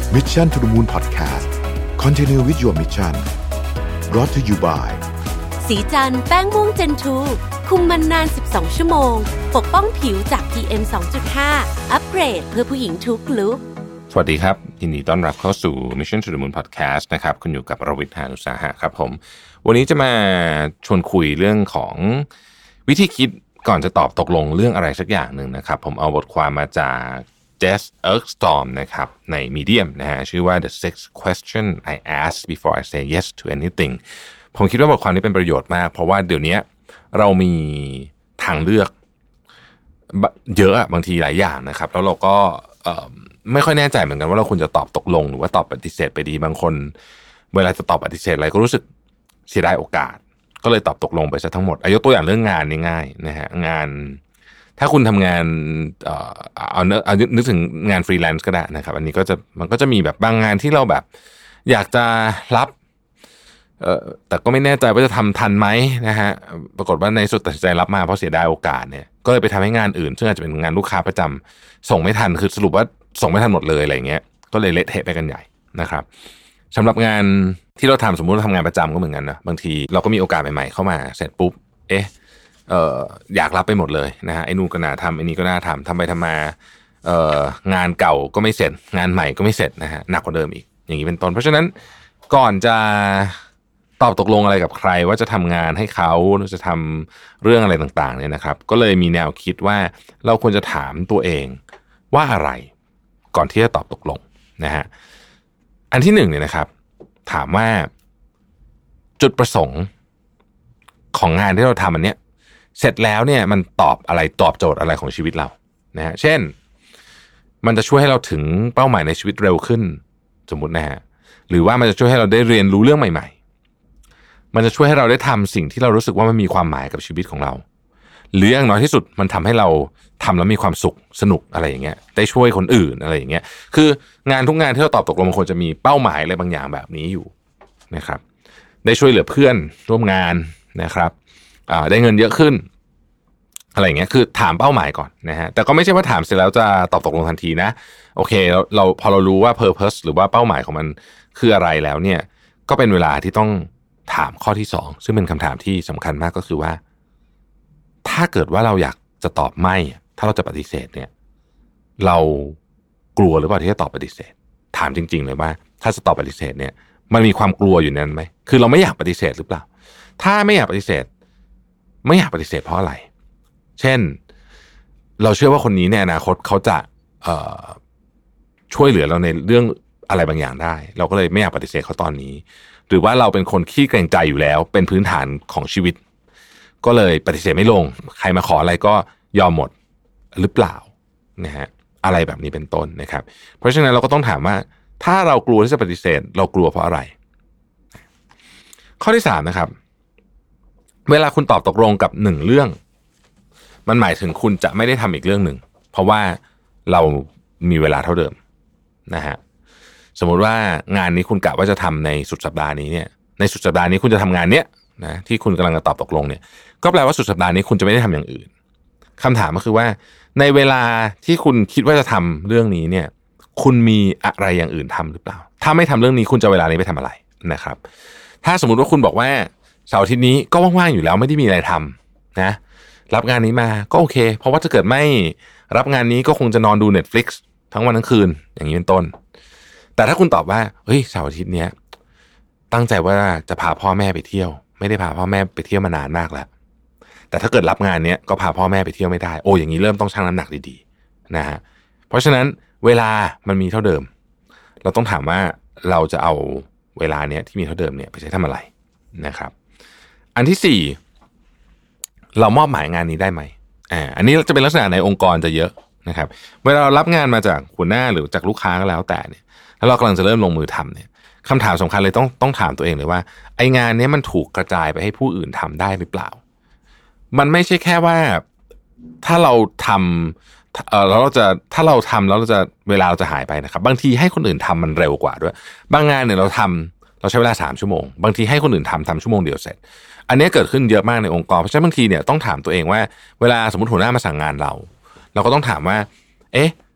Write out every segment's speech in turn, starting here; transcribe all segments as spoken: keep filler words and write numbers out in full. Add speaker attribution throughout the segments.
Speaker 1: Mission to the Moon Podcast Continue with your mission brought to you by
Speaker 2: สีจันแป้งม่วงเจนทูคุมมันนานสิบสองชั่วโมงปกป้องผิวจาก พี เอ็ม สองจุดห้า อัปเกรดเพื่อผู้หญิงทุกลุค
Speaker 3: สวัสดีครับยินดีต้อนรับเข้าสู่ Mission to the Moon Podcast นะครับคุณอยู่กับรวิทย์ หาญอุตสาหะครับผมวันนี้จะมาชวนคุยเรื่องของวิธีคิดก่อนจะตอบตกลงเรื่องอะไรสักอย่างหนึ่งนะครับผมเอาบทความมาจาก Jess Erskine นะครับใน Medium นะฮะชื่อว่า The Six Questions I Ask Before I Say Yes to Anything ผมคิดว่าบทความนี้เป็นประโยชน์มากเพราะว่าเดี๋ยวนี้เรามีทางเลือกเยอะบางทีหลายอย่างนะครับแล้วเราก็ไม่ค่อยแน่ใจเหมือนกันว่าเราควรจะตอบตกลงหรือว่าตอบปฏิเสธไปดีบางคนเวลาจะตอบปฏิเสธอะไรก็รู้สึกเสียดายโอกาสก็เลยตอบตกลงไปซะทั้งหมดยกตัวอย่างเรื่องงานนี่ง่ายนะฮะงานถ้าคุณทำงานเอ่อเอาเนื้อเอานึกถึงงานฟรีแลนซ์ก็ได้นะครับอันนี้ก็จะมันก็จะมีแบบบางงานที่เราแบบอยากจะรับเอ่อแต่ก็ไม่แน่ใจว่าจะทำทันไหมนะฮะปรากฏว่าในสุดตัดสินใจรับมาเพราะเสียดายโอกาสเนี่ยก็เลยไปทำให้งานอื่นซึ่งอาจจะเป็นงานลูกค้าประจำส่งไม่ทันคือสรุปว่าส่งไม่ทันหมดเลยอะไรเงี้ยก็เลยเละเทะไปกันใหญ่นะครับสำหรับงานที่เราทำสมมุติเราทำงานประจำก็เหมือนกันนะบางทีเราก็มีโอกาสใหม่ๆเข้ามาเสร็จปุ๊บเอ๊ะเอ่ออยากรับไปหมดเลยนะฮะไอ้นู่นก็น่าทำไอ้นี่ก็น่าทำทำไปทำมาเอ่องานเก่าก็ไม่เสร็จงานใหม่ก็ไม่เสร็จนะฮะหนักกว่าเดิมอีกอย่างนี้เป็นต้นเพราะฉะนั้นก่อนจะตอบตกลงอะไรกับใครว่าจะทำงานให้เขาหรือจะทำเรื่องอะไรต่างๆเนี่ยนะครับก็เลยมีแนวคิดว่าเราควรจะถามตัวเองว่าอะไรก่อนที่จะตอบตกลงนะฮะอันที่หนึ่งเนี่ยนะครับถามว่าจุดประสงค์ของงานที่เราทำอันเนี้ยเสร็จแล้วเนี่ยมันตอบอะไรตอบโจทย์อะไรของชีวิตเรานะฮะเช่นมันจะช่วยให้เราถึงเป้าหมายในชีวิตเร็วขึ้นสมมุตินะฮะหรือว่ามันจะช่วยให้เราได้เรียนรู้เรื่องใหม่ๆมันจะช่วยให้เราได้ทำสิ่งที่เรารู้สึกว่ามันมีความหมายกับชีวิตของเราหรืออย่างน้อยที่สุดมันทำให้เราทำแล้วมีความสุขสนุกอะไรอย่างเงี้ยได้ช่วยคนอื่นอะไรอย่างเงี้ยคืองานทุกงานที่เราตอบตกลงมันควรจะมีเป้าหมายอะไรบางอย่างแบบนี้อยู่นะครับได้ช่วยเหลือเพื่อนร่วมงานนะครับอ่าได้เงินเยอะขึ้นอะไรอย่างเงี้ยคือถามเป้าหมายก่อนนะฮะแต่ก็ไม่ใช่ว่าถามเสร็จแล้วจะตอบตกลงทันทีนะโอเคเราเราพอเรารู้ว่า purpose หรือว่าเป้าหมายของมันคืออะไรแล้วเนี่ยก็เป็นเวลาที่ต้องถามข้อที่สองซึ่งเป็นคำถามที่สำคัญมากก็คือว่าถ้าเกิดว่าเราอยากจะตอบไม่ถ้าเราจะปฏิเสธเนี่ยเรากลัวหรือเปล่าที่จะตอบปฏิเสธถามจริงๆเลยว่าถ้าจะตอบปฏิเสธเนี่ยมันมีความกลัวอยู่ในนั้นไหมคือเราไม่อยากปฏิเสธหรือเปล่าถ้าไม่อยากปฏิเสธไม่อยากปฏิเสธเพราะอะไรเช่นเราเชื่อว่าคนนี้ในอนาคตเขาจะเอ่อช่วยเหลือเราในเรื่องอะไรบางอย่างได้เราก็เลยไม่อยากปฏิเสธเขาตอนนี้หรือว่าเราเป็นคนขี้เกรงใจอยู่แล้วเป็นพื้นฐานของชีวิตก็เลยปฏิเสธไม่ลงใครมาขออะไรก็ยอมหมดหรือเปล่านะฮะอะไรแบบนี้เป็นต้นนะครับเพราะฉะนั้นเราก็ต้องถามว่าถ้าเรากลัวที่จะปฏิเสธเรากลัวเพราะอะไรข้อที่สามนะครับเวลาคุณตอบตกลงกับหนึ่งเรื่องมันหมายถึงคุณจะไม่ได้ทำอีกเรื่องหนึ่งเพราะว่าเรามีเวลาเท่าเดิมนะฮะสมมุติว่างานนี้คุณกะว่าจะทำในสุดสัปดาห์นี้เนี่ยในสุดสัปดาห์นี้คุณจะทำงานเนี้ยนะที่คุณกำลังจะตอบตกลงเนี่ยก็แปลว่าสุดสัปดาห์นี้คุณจะไม่ได้ทำอย่างอื่นคำถามก็คือว่าในเวลาที่คุณคิดว่าจะทำเรื่องนี้เนี่ยคุณมีอะไรอย่างอื่นทำหรือเปล่าถ้าไม่ทำเรื่องนี้คุณจะเวลานี้ไปทำอะไรนะครับถ้าสมมุติว่าคุณบอกว่าเสาร์อาทิตย์นี้ก็ว่างๆอยู่แล้วไม่ได้มีอะไรทำนะรับงานนี้มาก็โอเคเพราะว่าถ้าเกิดไม่รับงานนี้ก็คงจะนอนดู Netflix ทั้งวันทั้งคืนอย่างนี้เป็นต้นแต่ถ้าคุณตอบว่าเฮ้ยเสาร์อาทิตย์เนี้ยตั้งใจว่าจะพาพ่อแม่ไปเที่ยวไม่ได้พาพ่อแม่ไปเที่ยวมานานมากแล้วแต่ถ้าเกิดรับงานเนี้ยก็พาพ่อแม่ไปเที่ยวไม่ได้โอ้อย่างนี้เริ่มต้องชั่งน้ำหนักดีๆนะฮะเพราะฉะนั้นเวลามันมีเท่าเดิมเราต้องถามว่าเราจะเอาเวลาเนี้ยที่มีเท่าเดิมเนี่ยไปใช้ทำอะไรนะครับอันที่สี่เรามอบหมายงานนี้ได้ไหมอ่าอันนี้จะเป็นลักษณะในองค์กรจะเยอะนะครับเวลาเรารับงานมาจากหัวหน้าหรือจากลูกค้าก็แล้วแต่เนี่ยแล้วเรากำลังจะเริ่มลงมือทำเนี่ยคำถามสำคัญเลยต้องต้องถามตัวเองเลยว่าไองานนี้มันถูกกระจายไปให้ผู้อื่นทำได้หรือเปล่ามันไม่ใช่แค่ว่าถ้าเราทำเอ่อแล้วเราจะถ้าเราทำแล้วเราจะเวลาเราจะหายไปนะครับบางทีให้คนอื่นทำมันเร็วกว่าด้วยบางงานเนี่ยเราทำเราใช้เวลาสามชั่วโมงบางทีให้คนอื่นทำทำชั่วโมงเดียวเสร็จอันนี้เกิดขึ้นเยอะมากในองค์กรเพราะฉะนั้นบางทีเนี่ยต้องถามตัวเองว่าเวลาสมมติหัวหน้ามาสั่งงานเราเราก็ต้องถามว่าเอ๊ะ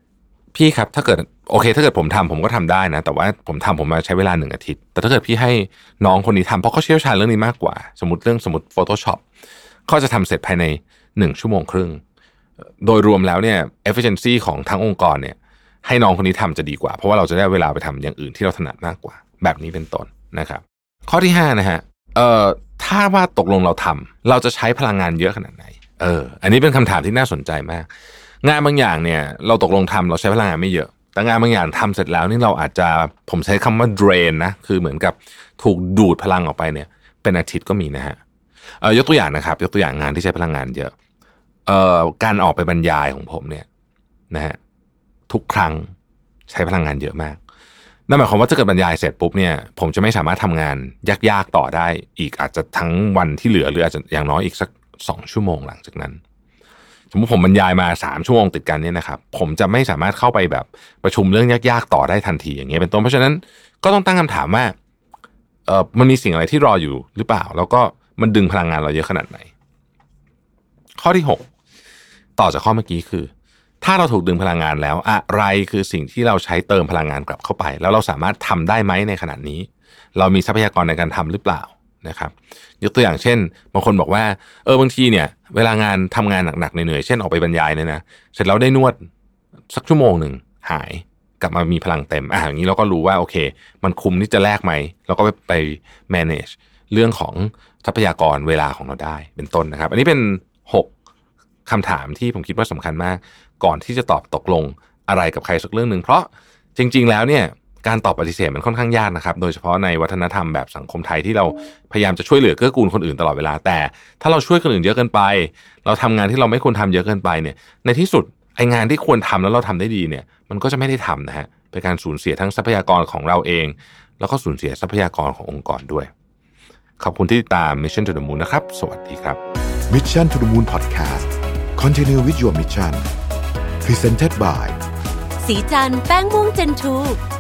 Speaker 3: พี่ครับถ้าเกิดโอเคถ้าเกิดผมทำผมก็ทำได้นะแต่ว่าผมทำผมมาใช้เวลาหนึ่งอาทิตย์แต่ถ้าเกิดพี่ให้น้องคนนี้ทำเพราะเขาเชี่ยวชาญเรื่องนี้มากกว่าสมมติเรื่องสมมติ Photoshop เขาจะทำเสร็จภายในหนึ่งชั่วโมงครึ่งโดยรวมแล้วเนี่ย efficiency ของทั้งองค์กรเนี่ยให้น้องคนนี้ทำจะดีกว่าเพราะว่าเราจะได้เวลาไปทำอย่างอื่นที่เราถนัดมากกว่าแบบนี้เป็นต้นนะครับข้อที่ห้านะฮะเอ่อถ้าว่าตกลงเราทำเราจะใช้พลังงานเยอะขนาดไหนเอออันนี้เป็นคำถามที่น่าสนใจมากงานบางอย่างเนี่ยเราตกลงทำเราใช้พลังงานไม่เยอะแต่งานบางอย่างทำเสร็จแล้วนี่เราอาจจะผมใช้คำว่า drain นะคือเหมือนกับถูกดูดพลังออกไปเนี่ยเป็นอาทิตย์ก็มีนะฮะเอ่อยกตัวอย่างนะครับยกตัวอย่างงานที่ใช้พลังงานเยอะเอ่อการออกไปบรรยายของผมเนี่ยนะฮะทุกครั้งใช้พลังงานเยอะมากนั่นหมายความว่าถ้าเกิดบรรยายเสร็จปุ๊บเนี่ยผมจะไม่สามารถทำงานยากๆต่อได้อีกอาจจะทั้งวันที่เหลือหรืออาจจะอย่างน้อยอีกสักสองชั่วโมงหลังจากนั้นสมมติผมบรรยายมาสามชั่วโมงติดกันเนี่ยนะครับผมจะไม่สามารถเข้าไปแบบประชุมเรื่องยากๆต่อได้ทันทีอย่างเงี้ยเป็นต้นเพราะฉะนั้นก็ต้องตั้งคำถามว่าเออมันมีสิ่งอะไรที่รออยู่หรือเปล่าแล้วก็มันดึงพลังงานเราเยอะขนาดไหนข้อที่หกต่อจากข้อเมื่อกี้คือถ้าเราถูกดึงพลังงานแล้วอะไรคือสิ่งที่เราใช้เติมพลังงานกลับเข้าไปแล้วเราสามารถทำได้ไหมในขณะนี้เรามีทรัพยากรในการทำหรือเปล่านะครับยกตัวอย่างเช่นบางคนบอกว่าเออบางทีเนี่ยเวลางานทำงานหนักๆเหนื่อยๆเช่นออกไปบรรยายเนี่ยนะเสร็จแล้วได้นวดสักชั่วโมงหนึ่งหายกลับมามีพลังเต็มอ่ะอย่างนี้เราก็รู้ว่าโอเคมันคุ้มที่จะแลกไหมเราก็ไปไป manage เรื่องของทรัพยากรเวลาของเราได้เป็นต้นนะครับอันนี้เป็นหกคำถามที่ผมคิดว่าสำคัญมากก่อนที่จะตอบตกลงอะไรกับใครสักเรื่องนึงเพราะจริงๆแล้วเนี่ยการตอบปฏิเสธมันค่อนข้างยากนะครับโดยเฉพาะในวัฒนธรรมแบบสังคมไทยที่เราพยายามจะช่วยเหลือเกื้อกูลคนอื่นตลอดเวลาแต่ถ้าเราช่วยคนอื่นเยอะเกินไปเราทำงานที่เราไม่ควรทำเยอะเกินไปเนี่ยในที่สุดไองานที่ควรทำแล้วเราทำได้ดีเนี่ยมันก็จะไม่ได้ทำนะฮะเป็นการสูญเสียทั้งทรัพยากรของเราเองแล้วก็สูญเสียทรัพยากรขององค์กรด้วยขอบคุณที่ติดตาม Mission to the Moon นะครับสวัสดีครับ
Speaker 1: Mission to the Moon Podcast Continue with your mission Presented by
Speaker 2: สีจันทร์แป้งม่วงเจนทู